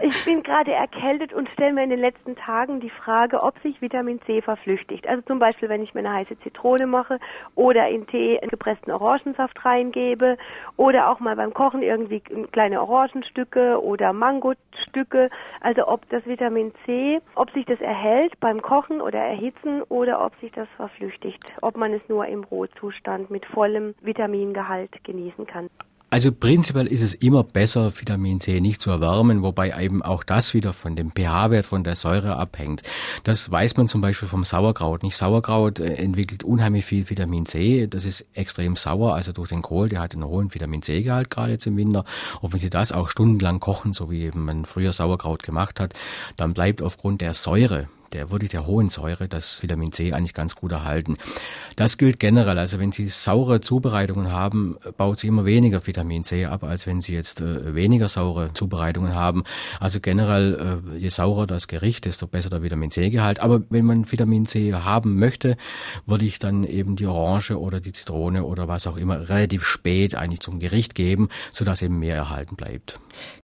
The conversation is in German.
Ich bin gerade erkältet und stelle mir in den letzten Tagen die Frage, ob sich Vitamin C verflüchtigt. Also zum Beispiel, wenn ich mir eine heiße Zitrone mache oder in Tee gepressten Orangensaft reingebe oder auch mal beim Kochen irgendwie kleine Orangenstücke oder Mangostücke. Also ob das Vitamin C, ob sich das erhält beim Kochen oder Erhitzen oder ob sich das verflüchtigt. Ob man es nur im Rohzustand mit vollem Vitamingehalt genießen kann. Also prinzipiell ist es immer besser, Vitamin C nicht zu erwärmen, wobei eben auch das wieder von dem pH-Wert, von der Säure abhängt. Das weiß man zum Beispiel vom Sauerkraut. Nicht Sauerkraut entwickelt unheimlich viel Vitamin C. Das ist extrem sauer, also durch den Kohl, der hat einen hohen Vitamin C-Gehalt, gerade jetzt im Winter. Und wenn Sie das auch stundenlang kochen, so wie eben man früher Sauerkraut gemacht hat, dann bleibt aufgrund der Säure, der hohen Säure, das Vitamin C eigentlich ganz gut erhalten. Das gilt generell. Also wenn Sie saure Zubereitungen haben, baut sich immer weniger Vitamin C ab, als wenn Sie jetzt weniger saure Zubereitungen haben. Also generell, je saurer das Gericht, desto besser der Vitamin C-Gehalt. Aber wenn man Vitamin C haben möchte, würde ich dann eben die Orange oder die Zitrone oder was auch immer relativ spät eigentlich zum Gericht geben, sodass eben mehr erhalten bleibt.